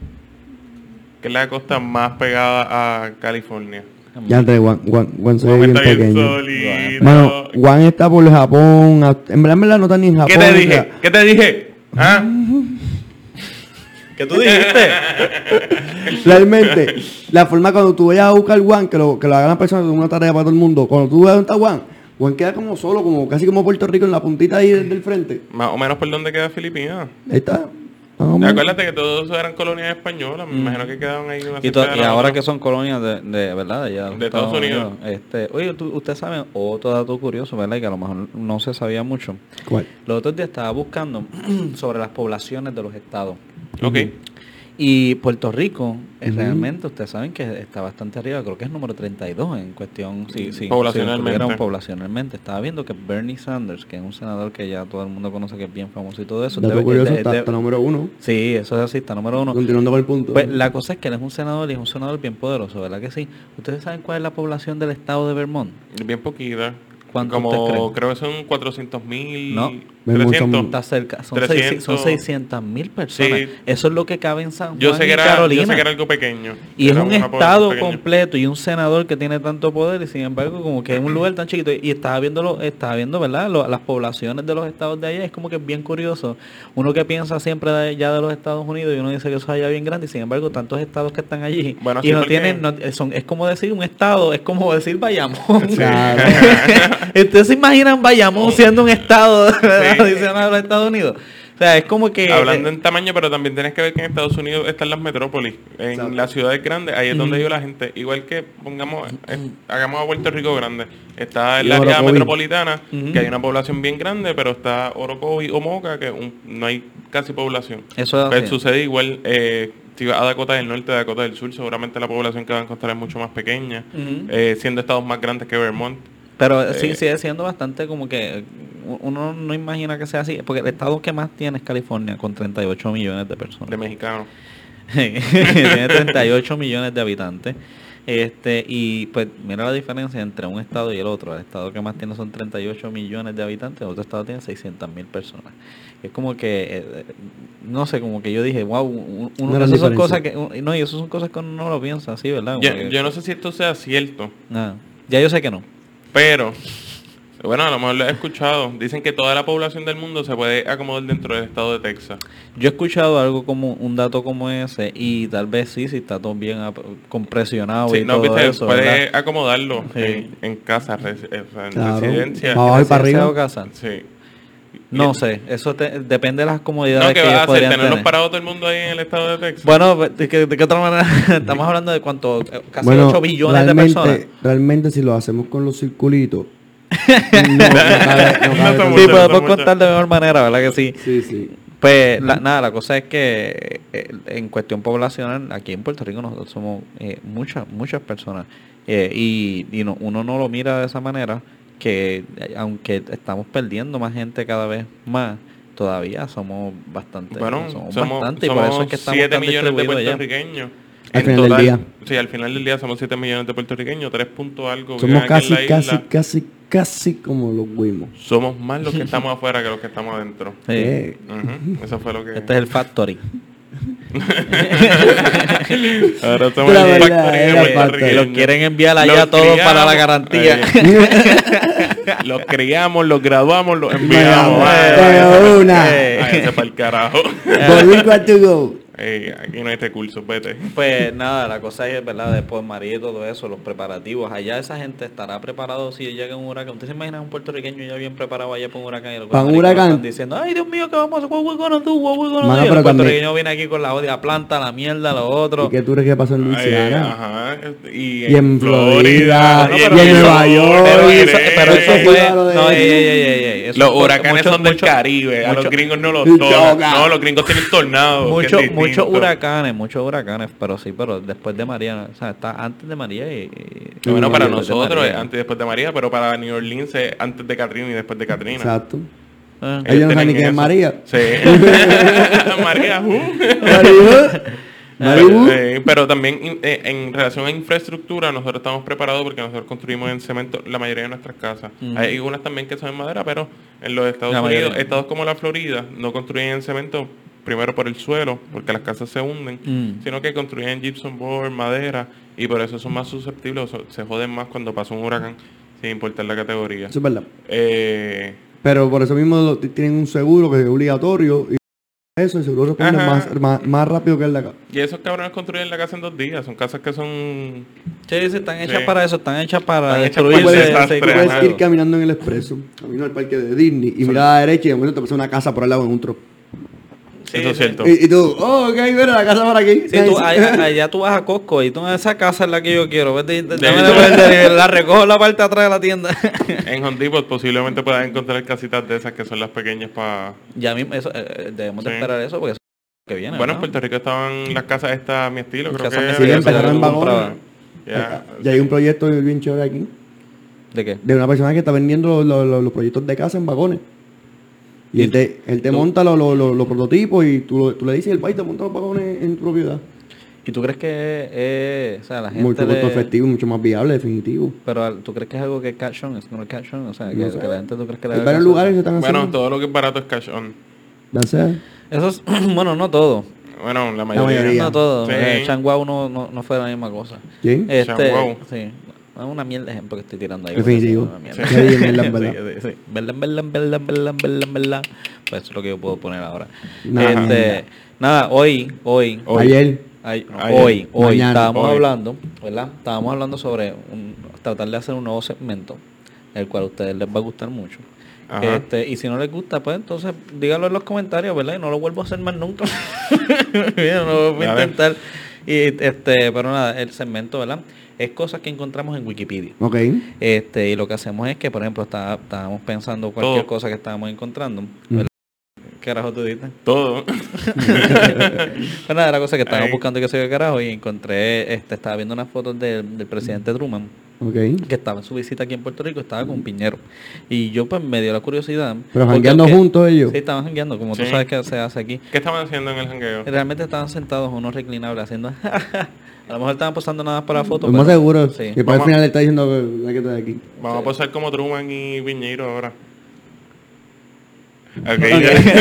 que es la costa más pegada a California. Ya entre Juan, Juan, Juan se ve Juan bien está bien pequeño. solito. Mano, Juan está por Japón. a- En verdad, en verdad no está ni en Japón. ¿Qué te o dije? sea, ¿Qué te dije? ¿Ah? ¿Qué tú dijiste? realmente, la forma cuando tú vayas a buscar Juan, que lo, que lo hagan las personas, es una tarea para todo el mundo. Cuando tú veas dónde está Juan, Juan queda como solo, como casi como Puerto Rico en la puntita ahí del, del frente. Más o menos por donde queda Filipinas. Ahí está. Más o menos. Acuérdate que todos esos eran colonias españolas. Me imagino que quedaban ahí una Y, to- cerca de y la ahora otra. que son colonias de, de verdad, de, allá De Estados Unidos. Este, oye, tú- ustedes saben otro dato curioso, ¿verdad? Y que a lo mejor no se sabía mucho. ¿Cuál? Los otros días estaba buscando sobre las poblaciones de los estados. Ok. Y Puerto Rico, eh, Ujú. realmente, ustedes saben que está bastante arriba, creo que es número treinta y dos en cuestión, sí, sí, Poblacionalmente. si estuviéramos poblacionalmente. Estaba viendo que Bernie Sanders, que es un senador que ya todo el mundo conoce que es bien famoso y todo eso. Dato debe- curioso, de- está, de- está número uno. sí, eso es así, está número uno. Continuando con el punto. Pues la cosa es que él es un senador y es un senador bien poderoso, ¿verdad que sí? ¿Ustedes saben cuál es la población del estado de Vermont? Bien poquita. ¿Cuánto usted cree? Como creo que son cuatrocientos mil. No. trescientos. Está cerca, son, trescientos. seiscientos son seiscientas mil personas. Sí. Eso es lo que cabe en San Juan Yo sé que y era, Carolina. yo sé que era algo pequeño. Y es Era un una población estado pequeña. completo y un senador que tiene tanto poder y sin embargo como que es un lugar tan chiquito y estaba viendo lo, estaba viendo verdad Lo- las poblaciones de los estados de allá, es como que es bien curioso, uno que piensa siempre de allá de los Estados Unidos y uno dice que eso es allá bien grande y sin embargo tantos estados que están allí Bueno, y sí, no porque- tienen no, son, es como decir un estado, es como decir Bayamón. Claro. ¿Ustedes se imaginan Bayamón siendo un estado ¿verdad? Sí. adicional a los Estados Unidos? O sea, es como que Hablando eh, en tamaño, pero también tienes que ver que en Estados Unidos están las metrópolis. En Exacto. las ciudades grandes, ahí es donde vive la gente. Igual que pongamos, eh, hagamos a Puerto Rico grande. Está en Y la área Orocovi. metropolitana, Ujú. que hay una población bien grande, pero está Orocovi o Moca, que un- no hay casi población. eso es Pues así. sucede igual, eh, si vas a Dakota del Norte, Dakota del Sur, seguramente la población que va a encontrar es mucho más pequeña, Ujú. eh, siendo estados más grandes que Vermont. Pero sí Eh, sigue siendo bastante como que eh, uno no imagina que sea así, porque el estado que más tiene es California, con treinta y ocho millones de personas. De mexicanos. Tiene treinta y ocho millones de habitantes. Este, y pues mira la diferencia entre un estado y el otro. El estado que más tiene son treinta y ocho millones de habitantes, el otro estado tiene seiscientas mil personas. Es como que, eh, no sé, como que yo dije, wow, un- uno, Una gran esas son diferencia. cosas que, un- no, y eso son cosas que uno no lo piensa así, ¿verdad? Como Yo, que- yo no sé si esto sea cierto, nada. Ya yo sé que no. pero, bueno, a lo mejor lo he escuchado. Dicen que toda la población del mundo se puede acomodar dentro del estado de Texas. Yo he escuchado algo como un dato como ese y tal vez sí, si está todo bien ap- compresionado Sí, y no, todo viste, eso, puede ¿verdad? acomodarlo Sí. en, en casa, resi- eh, o sea, en Claro. residencia. Para abajo y para ¿Residencia arriba. o casa? Sí. No Y- sé, eso te- depende de las comodidades No, que ¿qué vas ellos a hacer? podrían ¿Tenerlos tener. parados todo el mundo ahí en el estado de Texas? Bueno, ¿de qué, de qué otra manera? Estamos hablando de cuánto, eh, casi Bueno, ocho billones de realmente, personas. realmente si lo hacemos con los circulitos, no, no cabe, no No cabe son tanto. Sí, muchos, podemos son muchos. contar de mejor manera, ¿verdad que sí? Sí, sí. Pues la- nada, la cosa es que eh, en cuestión poblacional, aquí en Puerto Rico nosotros somos eh, muchas, muchas personas. Eh, y y no- uno no lo mira de esa manera, que eh, aunque estamos perdiendo más gente cada vez más, todavía somos bastante, Bueno, somos, somos, bastante, y por eso es somos que estamos siete tan millones de distribuidos allá. puertorriqueños. Al En final del total, día. Sí, al final del día somos siete millones de puertorriqueños, tres puntos algo. Somos viven aquí casi, en la casi, isla. casi, casi como los Wimos. Somos más los que estamos afuera que los que estamos adentro. Sí. Eh, Ujú, Eso fue lo que... Este es el factory. Ahora somos La el verdad, factory de era Eh, puertorriqueños. los quieren enviar allá Los todos para la criamos, garantía. eh, los criamos, los graduamos, los enviamos. Vaya, Ay, vaya, una. Váyanse para el carajo. Boricua to go. Ey, aquí no hay recursos, vete. Pues nada, la cosa es, ¿verdad? Después María y todo eso, los preparativos. Allá esa gente estará preparado si llega un huracán. ¿Usted se imagina un puertorriqueño ya bien preparado allá para un huracán? Y los ¿Para un puertorriqueños huracán? están diciendo, ay, Dios mío, ¿qué vamos a hacer? What we gonna do? What we gonna Mano, do? Y el pero también- puertorriqueño viene aquí con la odia planta, la mierda, lo otro. ¿Y qué tú crees que pasó en Ay, Luisiana? ajá. Y, Y en Florida, No, y pero en eso- Nueva York. Pero Mire, eso, pero eso eh, fue... lo de- No, ey, ey, ey, ey, ey, eso Los fue huracanes mucho- son del mucho- Caribe, a los mucho- gringos no los Choca. tocan. No, los gringos tienen tornados. que es Muchos distinto. muchos huracanes, muchos huracanes, pero sí, pero después de María, o sea, está antes de María y... y- Bueno, para después de nosotros es María. antes y después de María, pero para New Orleans es antes de Katrina y después de Katrina. Exacto. Ah. Ellos no saben ni tienen quién es eso. María. Sí. María, uh. Maribu. Maribu. Pero, eh, pero también in- eh, en relación a infraestructura, nosotros estamos preparados porque nosotros construimos en cemento la mayoría de nuestras casas. Ujú. Hay unas también que son en madera, pero en los Estados La Unidos, mayoría. estados como la Florida, no construyen en cemento primero por el suelo, porque las casas se hunden, Mm. sino que construyen gypsum board, madera, y por eso son más susceptibles, o se joden más cuando pasa un huracán, sin importar la categoría. Eso es verdad. Eh, Pero por eso mismo lo- tienen un seguro que es obligatorio y eso, el seguro responde Ajá. más, más, más rápido que el de acá. y esos cabrones construyen la casa en dos días, son casas que son... Sí, sí, están hechas Sí. para eso, están hechas para Están hechas destruirse. para el sí, desastre, Tú claro. puedes ajá. ir caminando en el expreso, camino al parque de Disney y Son- mirar a la derecha y de momento te pasa una casa por al lado en un truck. Sí, eso es sí. cierto. Y, y tú, oh, ok, mira la casa por aquí. Sí, tú, allá, allá tú vas a Costco y tú, esa casa es la que yo quiero. Vete, dame hecho. la, la, la recojo la parte de atrás de la tienda. En Home Depot posiblemente puedas encontrar casitas de esas que son las pequeñas para... Ya mismo, eso, eh, debemos de Sí. esperar eso porque eso es lo que viene. Bueno, ¿no? en Puerto Rico estaban las casas estas a mi estilo, creo Casas que... mi Sí, estilo, empezaron sí, en yo compraba. vagones. Ya, Ya hay un proyecto bien chévere aquí ¿De qué? de una persona que está vendiendo los, los- los- los proyectos de casa en vagones. Y él te, él te tú- monta los, los, los- los prototipos y tú, lo- tú le dices el país te monta los vagones en tu propiedad. ¿Y tú crees que eh, o sea, la gente Mucho le- costo efectivo, mucho más viable, definitivo. pero al- tú crees que es algo que catch on, es no catch on, o sea, que, No sé. que la gente tú crees que le Hay haga varios caso? lugares que están haciendo. Bueno, todo lo que es barato es cash on. Ya sea. Eso es, bueno, no todo. Bueno, la mayoría. mayoría. No todo. Sí. Eh, Changuau no, no, no fue la misma cosa. ¿Quién? Este, Changuau. sí. Es una mierda de ejemplo que estoy tirando ahí. Definitivo. porque es una Sí, mierda. es verdad, es verdad. Sí, sí, sí. Verdad, verdad, verdad, verdad, verdad, verdad. Pues eso es lo que yo puedo poner ahora. Nada, este, mierda. nada, hoy, hoy, Hoy. Ayer. ay, no, Ayer. hoy, hoy, Mañana. estábamos Hoy. hablando, ¿verdad? Estábamos hablando sobre un- tratar de hacer un nuevo segmento, el cual a ustedes les va a gustar mucho. Ajá. Este, y si no les gusta, pues entonces díganlo en los comentarios, ¿verdad? Y no lo vuelvo a hacer más nunca. Mira, no lo voy a Dale. intentar. Y este, pero nada, el segmento, ¿verdad? Es cosas que encontramos en Wikipedia. Ok. Este, y lo que hacemos es que, por ejemplo, está, estábamos pensando cualquier Todo. cosa que estábamos encontrando. Mm. ¿Verdad? ¿Qué carajo tú dices? Todo. Pues nada, era cosa que estábamos Ay. buscando y que sé qué carajo. Y encontré, este, estaba viendo unas fotos del, del presidente Truman, Ok. que estaba en su visita aquí en Puerto Rico, estaba con Piñero. Y yo pues me dio la curiosidad. Pero porque jangueando aunque- juntos ellos. Sí, estaban jangueando, como tú Sí. sabes que se hace aquí. ¿Qué estaban haciendo en el jangueo? Realmente estaban sentados en unos reclinables haciendo... a lo mejor estaban posando nada más para la foto. Lo más pero- seguro. Sí. Que para el Vamos a- final le está diciendo que la que está aquí. Vamos Sí. a pasar como Truman y Piñeiro ahora. Ok, Ok.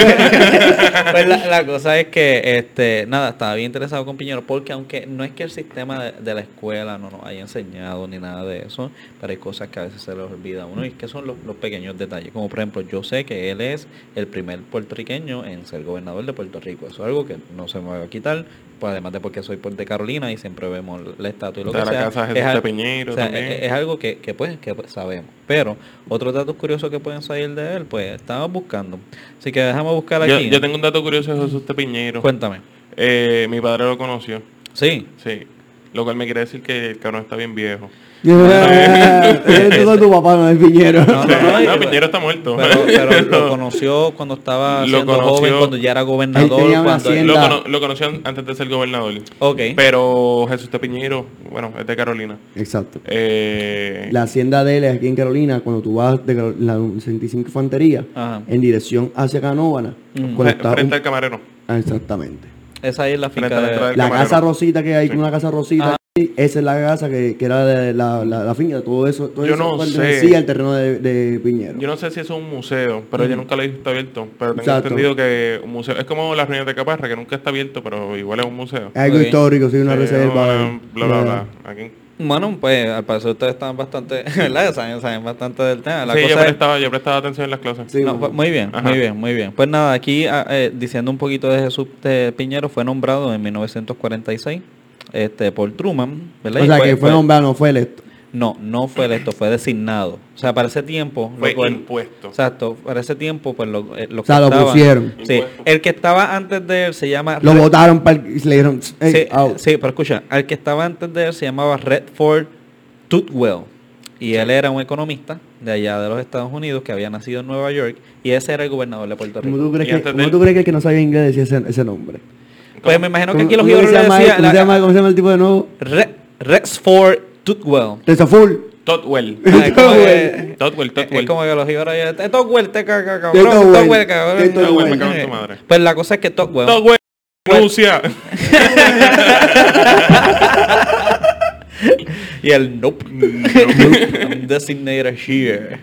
ya. Pues la, la cosa es que, este, nada, estaba bien interesado con Piñero, porque aunque no es que el sistema de, de la escuela no nos haya enseñado ni nada de eso, pero hay cosas que a veces se les olvida a uno, y que son los, los pequeños detalles. Como por ejemplo, yo sé que él es el primer puertorriqueño en ser gobernador de Puerto Rico. Eso es algo que no se me va a quitar, pues además de porque soy por de Carolina y siempre vemos la estatua y lo Está que la sea. casa Jesús es, de al- Piñeiro o sea, también. es- es algo que, que pues que pues, sabemos. Pero otros datos curiosos que pueden salir de él, pues estamos buscando. Así que déjame buscar Yo, aquí. yo tengo un dato curioso de Jesús de Piñeiro. Cuéntame. Eh, mi padre lo conoció. Sí. Sí. Lo cual me quiere decir que el cabrón está bien viejo. Esto es tu papá, no es Piñero. No, no, no, No, y- Piñero está muerto. Pero, pero lo conoció cuando estaba Lo siendo conoció- joven, cuando ya era Él gobernador. tenía una Cuando, hacienda. Lo, cono- lo conoció antes de ser gobernador. ok. Pero Jesús de Piñeiro, bueno, es de Carolina. Exacto. Eh, La hacienda de él es aquí en Carolina, cuando tú vas de Caro- la sesenta y cinco Infantería Ajá. en dirección hacia Canóvana. Mm. cuando fre- está frente un- al camarero. Ah, exactamente. Esa ahí es la Frente finca a la de... entrada del La camarero. casa rosita que hay, Sí. una casa rosita, Ajá. ahí, esa es la casa que, que era de la, la, la finca, todo eso, todo Yo eso no pertenecía sé. al terreno de, de Piñero. Yo no sé si eso es un museo, pero yo nunca lo he visto abierto. Pero tengo Exacto. entendido que un museo es como las ruinas de Caparra, que nunca está abierto, pero igual es un museo. Es algo Ok. histórico, sí, una Sí, reserva. una- bla, bla, bla. Aquí. Bueno, pues al parecer ustedes están bastante, ¿verdad? Saben, saben bastante del tema. La sí, yo cosa es... prestaba, yo prestaba atención en las clases. Sí, No, bueno. pues, muy bien, Ajá. muy bien, muy bien. Pues nada, aquí ah, eh, diciendo un poquito de Jesús de Piñero, fue nombrado en mil novecientos cuarenta y seis este, por Truman, ¿verdad? O Y sea, que fue nombrado, no fue electo. No, no fue electo, fue designado. O sea, para ese tiempo... Fue lo cual- impuesto. Exacto, para ese tiempo, pues lo, eh, los O sea, que lo estaban- pusieron. Sí, Impuesto. el que estaba antes de él se llama... Lo Red- votaron para y se le dijeron, hey, sí, out. sí, pero escucha, al que estaba antes de él se llamaba Redford Tutwell. Y él era un economista de allá de los Estados Unidos que había nacido en Nueva York. Y ese era el gobernador de Puerto ¿Cómo Rico. tú crees, Y que, antes cómo de- tú crees que el que no sabía inglés decía ese, ese nombre? Pues me imagino que ¿Cómo- aquí los cómo ídolos se le llama, decían... ¿cómo, se la- llama, ¿Cómo se llama el tipo de nuevo? Re- Rexford Tutwell. Tesaful. Totwell. Ah, es como que- Totwell, Es Totwell. como que los ídolos ya... "Te Tocqueville, te caga, Te cabrón. Tocqueville, Tocqueville, cabrón". te Tocqueville, me cago en tu madre. Pues la cosa es que Tocqueville... Totwell, Rusia. Y el nope. I'm designated here.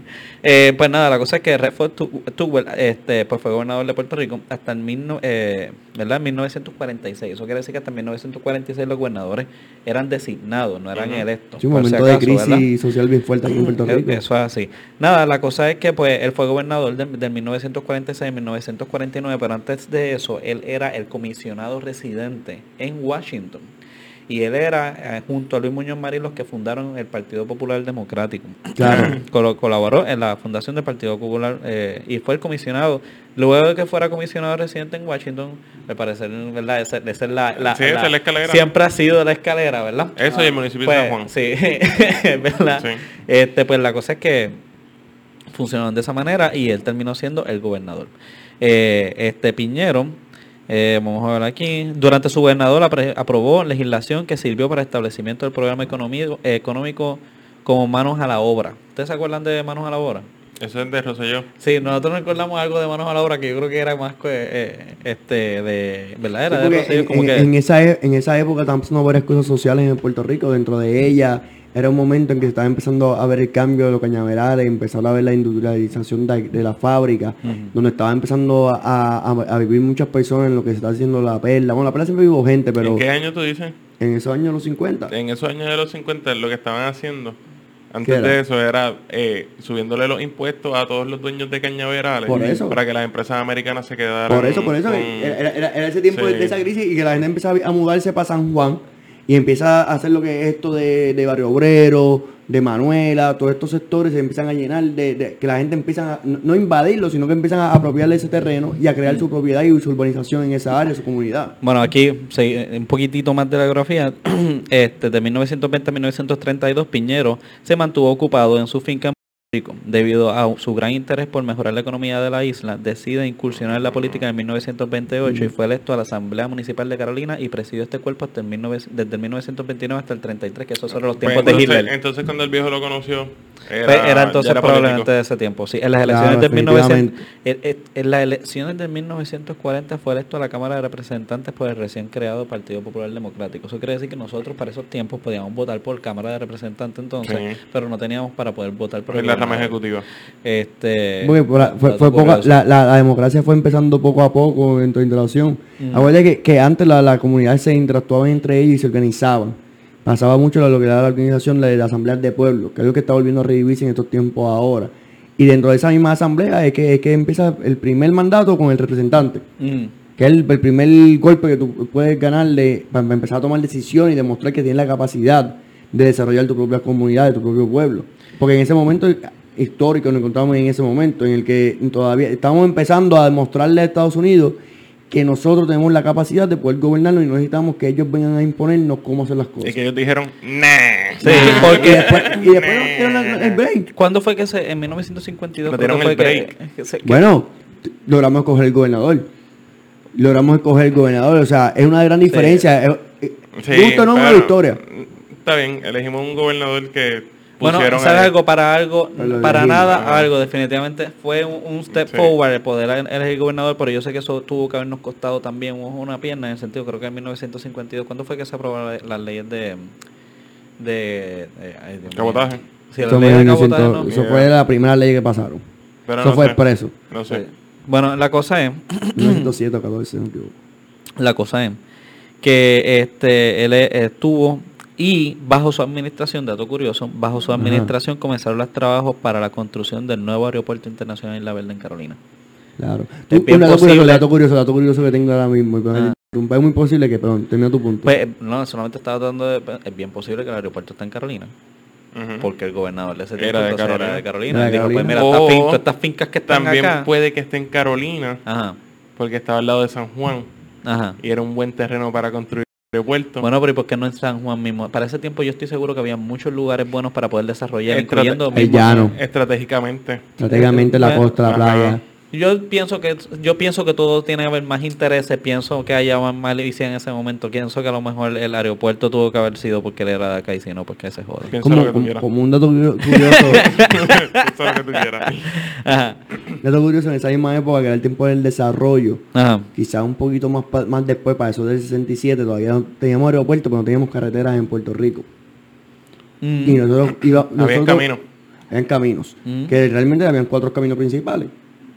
Eh, pues nada, la cosa es que Redford Tu- Tugwell este, pues fue gobernador de Puerto Rico hasta el mil no- eh, ¿verdad? mil novecientos cuarenta y seis. Eso quiere decir que hasta mil novecientos cuarenta y seis los gobernadores eran designados, no eran Ujú. electos. Sí, un por si momento de acaso, crisis ¿verdad? social bien fuerte aquí en Puerto Eh, Rico. Eso es así. Nada, la cosa es que pues él fue gobernador del de mil novecientos cuarenta y seis a mil novecientos cuarenta y nueve, pero antes de eso él era el comisionado residente en Washington. Y él era, eh, junto a Luis Muñoz Marín, los que fundaron el Partido Popular Democrático. Claro. Colo- colaboró en la fundación del Partido Popular eh, y fue el comisionado. Luego de que fuera comisionado residente en Washington, al parecer, ¿verdad? Esa, esa es la, la- Sí, esa la- es la escalera. Siempre ha sido la escalera, ¿verdad? Eso y el municipio de Pues, San Juan. sí, ¿verdad? Sí. Este, pues la cosa es que funcionaron de esa manera y él terminó siendo el gobernador. Eh, este Piñero, eh, vamos a ver aquí, durante su gobernador apre- aprobó legislación que sirvió para el establecimiento del programa económico, eh, económico como Manos a la Obra. ¿Ustedes se acuerdan de Manos a la Obra? Eso es de Rosselló. Sí, nosotros recordamos algo de Manos a la Obra que yo creo que era más que, eh, este, de, ¿verdad? Era Sí, de porque Rosselló, en, como en- que... en esa, e- en esa época estaban pasando varias cosas sociales en Puerto Rico. Dentro de ella era un momento en que se estaba empezando a ver el cambio de los cañaverales, empezar a ver la industrialización de, de la fábrica, Ujú. donde estaba empezando a, a- a vivir muchas personas en lo que se está haciendo la perla. Bueno, la perla siempre vivo gente, pero ¿En qué año tú dices? en esos años los cincuenta. En esos años de los cincuenta lo que estaban haciendo ¿Qué antes era? de eso era eh, subiéndole los impuestos a todos los dueños de cañaverales Por eso. para que las empresas americanas se quedaran Por eso, por eso, con- era, era- era ese tiempo Sí. de esa crisis y que la gente empieza a mudarse para San Juan y empieza a hacer lo que es esto de, de Barrio Obrero, de Manuela, todos estos sectores se empiezan a llenar de, de- que la gente empieza a, no no invadirlo, sino que empiezan a apropiarle ese terreno y a crear su propiedad y su urbanización en esa área, su comunidad. Bueno, aquí sí, un poquitito más de la geografía. este, de mil novecientos veinte a mil novecientos treinta y dos, Piñero se mantuvo ocupado en su finca en Puerto Rico. Debido a su gran interés por mejorar la economía de la isla, decide incursionar en la política en mil novecientos veintiocho y fue electo a la Asamblea Municipal de Carolina y presidió este cuerpo hasta el mil novecientos desde el mil novecientos veintinueve hasta el treinta y tres, que esos son los Pues tiempos de entonces, Hitler. entonces cuando el viejo lo conoció era, Pues, era ya entonces era probablemente político. de ese tiempo, sí. En las Claro, elecciones de mil novecientos, definitivamente. en, en- en las elecciones de mil novecientos cuarenta fue electo a la Cámara de Representantes por el recién creado Partido Popular Democrático. Eso quiere decir que nosotros para esos tiempos podíamos votar por Cámara de Representantes entonces, Sí. pero no teníamos para poder votar por Es el la rama gobernador. ejecutiva. Este, Porque por la- fue, dato fue poca- curioso. la, la- la democracia fue empezando poco a poco dentro de la interacción. Mm. Acuérdate que, que antes la, la comunidad se interactuaba entre ellos y se organizaban. Pasaba mucho lo que era la organización de la asamblea de pueblo, que es lo que está volviendo a revivirse en estos tiempos ahora. Y dentro de esa misma asamblea es que, es que empieza el primer mandato con el representante, Mm. que es el, el primer golpe que tú puedes ganarle para empezar a tomar decisiones y demostrar que tienes la capacidad de desarrollar tu propia comunidad, tu propio pueblo. Porque en ese momento histórico nos encontramos en ese momento en el que todavía estamos empezando a demostrarle a Estados Unidos que nosotros tenemos la capacidad de poder gobernarlo y no necesitamos que ellos vengan a imponernos cómo hacer las cosas. Y que ellos dijeron, nah. Sí, Y porque después, y después nos dieron la- el break. ¿cuándo fue que se en mil novecientos cincuenta y dos Nos ¿cuándo dieron fue el que- break. que se- que- Bueno, t- logramos escoger el gobernador. Logramos escoger el gobernador. O sea, es una gran diferencia. Es- es- Sí, gusto no es una pero- victoria. Está bien, elegimos un gobernador que Bueno, pusieron ¿sabes ahí. algo? Para algo, Para lo para elegir, nada, ajá. algo, definitivamente fue un, un step Sí. forward el poder elegir gobernador, pero yo sé que eso tuvo que habernos costado también una pierna, en el sentido, creo que en mil novecientos cincuenta y dos, ¿cuándo fue que se aprobaron la- las leyes de... de eh, ay, Dios mío. Cabotaje. Sí, las Eso, leyes fue, de en el cabotaje, ciento- ¿no? eso Yeah. fue la primera ley que pasaron. Pero eso no fue sé. expreso. No sé. Sí. Bueno, la cosa es... mil novecientos siete o catorce, no me equivoco. La cosa es que este él eh, estuvo y bajo su administración, dato curioso, bajo su Ajá. administración comenzaron los trabajos para la construcción del nuevo aeropuerto internacional Isla Verde en Carolina. Claro. Es Tú, bien un dato posible- curioso, dato curioso, dato curioso que tengo ahora mismo. y con el Ah. interrumpa, es muy posible que, perdón, termina tu punto. Pues no, solamente estaba tratando de... Es bien posible que el aeropuerto esté en Carolina, Ujú. porque el gobernador de ese Era tiempo de entonces Carolina. era de Carolina. Era de Él dijo, pues Carolina. mira, estas, O fin- todas estas fincas que están También acá... puede que esté en Carolina, Ajá, porque estaba al lado de San Juan ajá. y era un buen terreno para construir el aeropuerto. Bueno, pero ¿y por qué no en San Juan mismo? Para ese tiempo yo estoy seguro que había muchos lugares buenos para poder desarrollar, Estrate- incluyendo... El mismo- llano. Estratégicamente. Estratégicamente la Bueno, costa, la ajá. playa. Yo pienso que yo pienso que todo tiene que haber más intereses, pienso que haya más malicia en ese momento, pienso que a lo mejor el aeropuerto tuvo que haber sido porque él era de acá y si no, pues que se joda. Piensa lo que Como, tú como, quieras. como un dato curio- curioso, Piensa lo que tú quieras. Ajá, dato curioso en esa misma época que era el tiempo del desarrollo, ajá. quizás un poquito más pa- más después, para eso del sesenta y siete, todavía no teníamos aeropuerto, pero no teníamos carreteras en Puerto Rico. Mm. Y nosotros iba, Había nosotros, camino. Habían caminos. Mm. Que realmente habían cuatro caminos principales.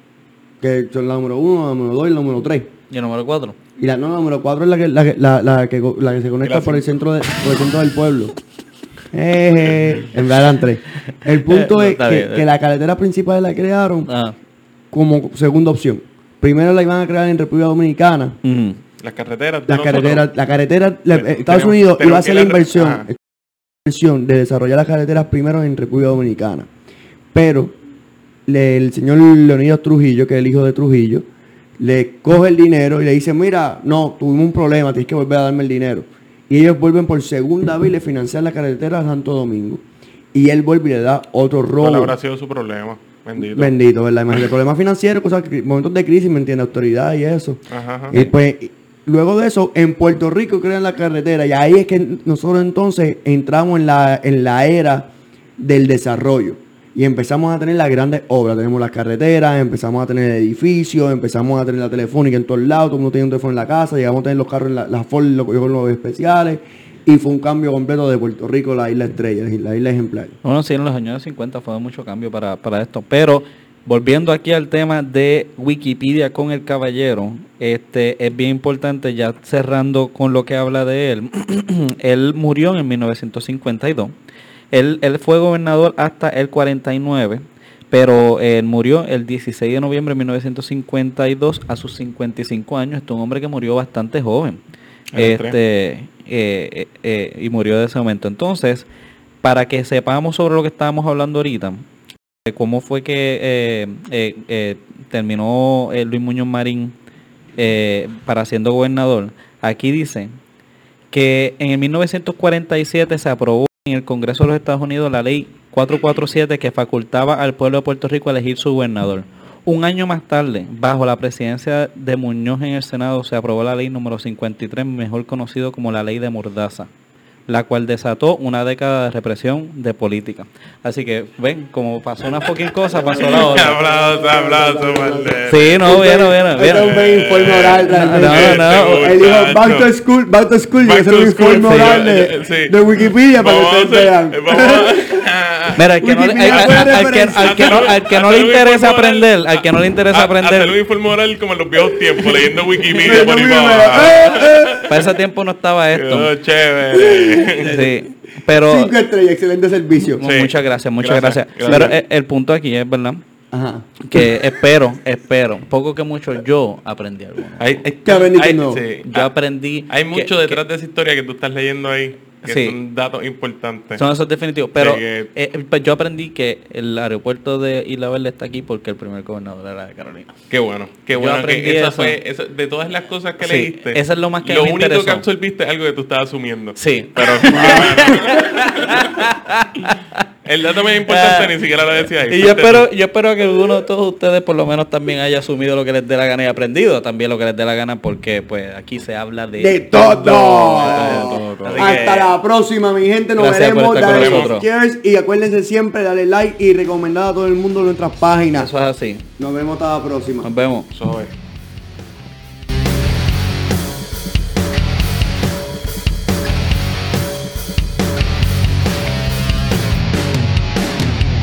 Que son la número uno, la número dos y la número tres. ¿Y el número cuatro? Y la, no, la número cuatro es la que, la, que- la, la que, la que se conecta Gracias. por el centro de, por el centro del pueblo. Eh, eh, en verdad eran tres. El punto No, es está que, bien, eh. que la carretera principal la crearon Ah. como segunda opción. Primero la iban a crear en República Dominicana. Ujú. Las carreteras. de La nosotros, carretera, la carretera, la- Ten- Estados tenemos- Unidos tenemos iba a que hacer la la- inversión, ajá. la inversión de desarrollar las carreteras primero en República Dominicana. Pero le- el señor Leonidas Trujillo, que es el hijo de Trujillo, le coge el dinero y le dice, mira, no, tuvimos un problema, tienes que volver a darme el dinero. Y ellos vuelven por segunda vez y le financian la carretera a Santo Domingo. Y él vuelve y le da otro robo. ¿Cuál habrá sido su problema? Bendito. Bendito, ¿verdad? Imagínate, problemas financieros, cosas, que- momentos de crisis, ¿me entiendes? Autoridad y eso. Ajá, ajá. Y pues, luego de eso, en Puerto Rico crean la carretera. Y ahí es que nosotros entonces entramos en la, en la era del desarrollo. Y empezamos a tener las grandes obras. Tenemos las carreteras, empezamos a tener edificios, empezamos a tener la telefónica en todos lados. Todo el mundo tenía un teléfono en la casa. Llegamos a tener los carros, en la, las Ford, los, los especiales. Y fue un cambio completo de Puerto Rico, la isla estrella, la isla ejemplar. Bueno, sí, en los años cincuenta fue mucho cambio para, para esto. Pero volviendo aquí al tema de Wikipedia con el caballero, este es bien importante, ya cerrando con lo que habla de él. Él murió en mil novecientos cincuenta y dos. Él, él fue gobernador hasta el cuarenta y nueve, pero él murió el dieciséis de noviembre de mil novecientos cincuenta y dos a sus cincuenta y cinco años. Este es un hombre que murió bastante joven. Era Este, eh, eh, eh, y murió de ese momento. Entonces, para que sepamos sobre lo que estábamos hablando ahorita, de cómo fue que eh, eh, eh, terminó eh, Luis Muñoz Marín eh, para siendo gobernador, aquí dice que en el mil novecientos cuarenta y siete se aprobó en el Congreso de los Estados Unidos la ley cuatrocientos cuarenta y siete que facultaba al pueblo de Puerto Rico a elegir su gobernador. Un año más tarde, bajo la presidencia de Muñoz en el Senado, se aprobó la ley número cincuenta y tres, mejor conocido como la ley de Mordaza, la cual desató una década de represión de política. Así que, ven, como pasó una fucking cosa, pasó la otra. Aplauso, aplauso, Valdés. Sí, no, bien, bien, Esto es un bien. buen informe oral, realmente. No, no, Él dijo, back to school, back to school, y Back ese es to un school, informe sí, oral eh, de, sí. de Wikipedia para que Vamos a ustedes vean. hacer- vamos a- Mira, al que no, le- al- al- al- al que- al que no, al que no le interesa aprender, al que no le interesa Hacer un aprender, informe oral como en los viejos tiempos, leyendo Wikipedia Mira, por ahí mira, para mira, abajo. eh, eh. para ese tiempo no estaba esto. Quedó chévere. Sí, pero Cinco estrellas, excelente servicio. mu- Sí. muchas gracias, muchas Gracias, gracias. gracias. Pero el, el punto aquí es, ¿verdad? Ajá. Que espero, espero, poco que mucho yo aprendí algo. ¿no? Hay, hay, ¿Qué aprendiste hay- nuevo? sí. Yo aprendí Hay que- mucho que- detrás de esa historia que tú estás leyendo ahí, que Sí. son datos importantes. Son esos definitivos, pero Sí, que- eh, pues yo aprendí que el aeropuerto de Isla Verde está aquí porque el primer gobernador era de Carolina. Qué bueno, qué Yo bueno aprendí que esa eso. fue, eso- de todas las cosas que Sí, leíste. eso es lo más que Lo me único interesó. que absorbiste es algo que tú estabas asumiendo. Sí, Pero el dato más importante Ah, ni siquiera lo decía ahí. y yo fuiste espero, tú. yo espero que alguno de todos ustedes por lo menos también haya asumido lo que les dé la gana y aprendido también lo que les dé la gana porque pues aquí se habla de, De todo. de todo, todo. Así Hasta que- la próxima, mi gente. Nos Gracias por veremos. estar con Dale nosotros. cheers y acuérdense siempre darle like y recomendar a todo el mundo nuestras páginas. Eso es así. Nos vemos hasta la próxima. Nos vemos. Sobe.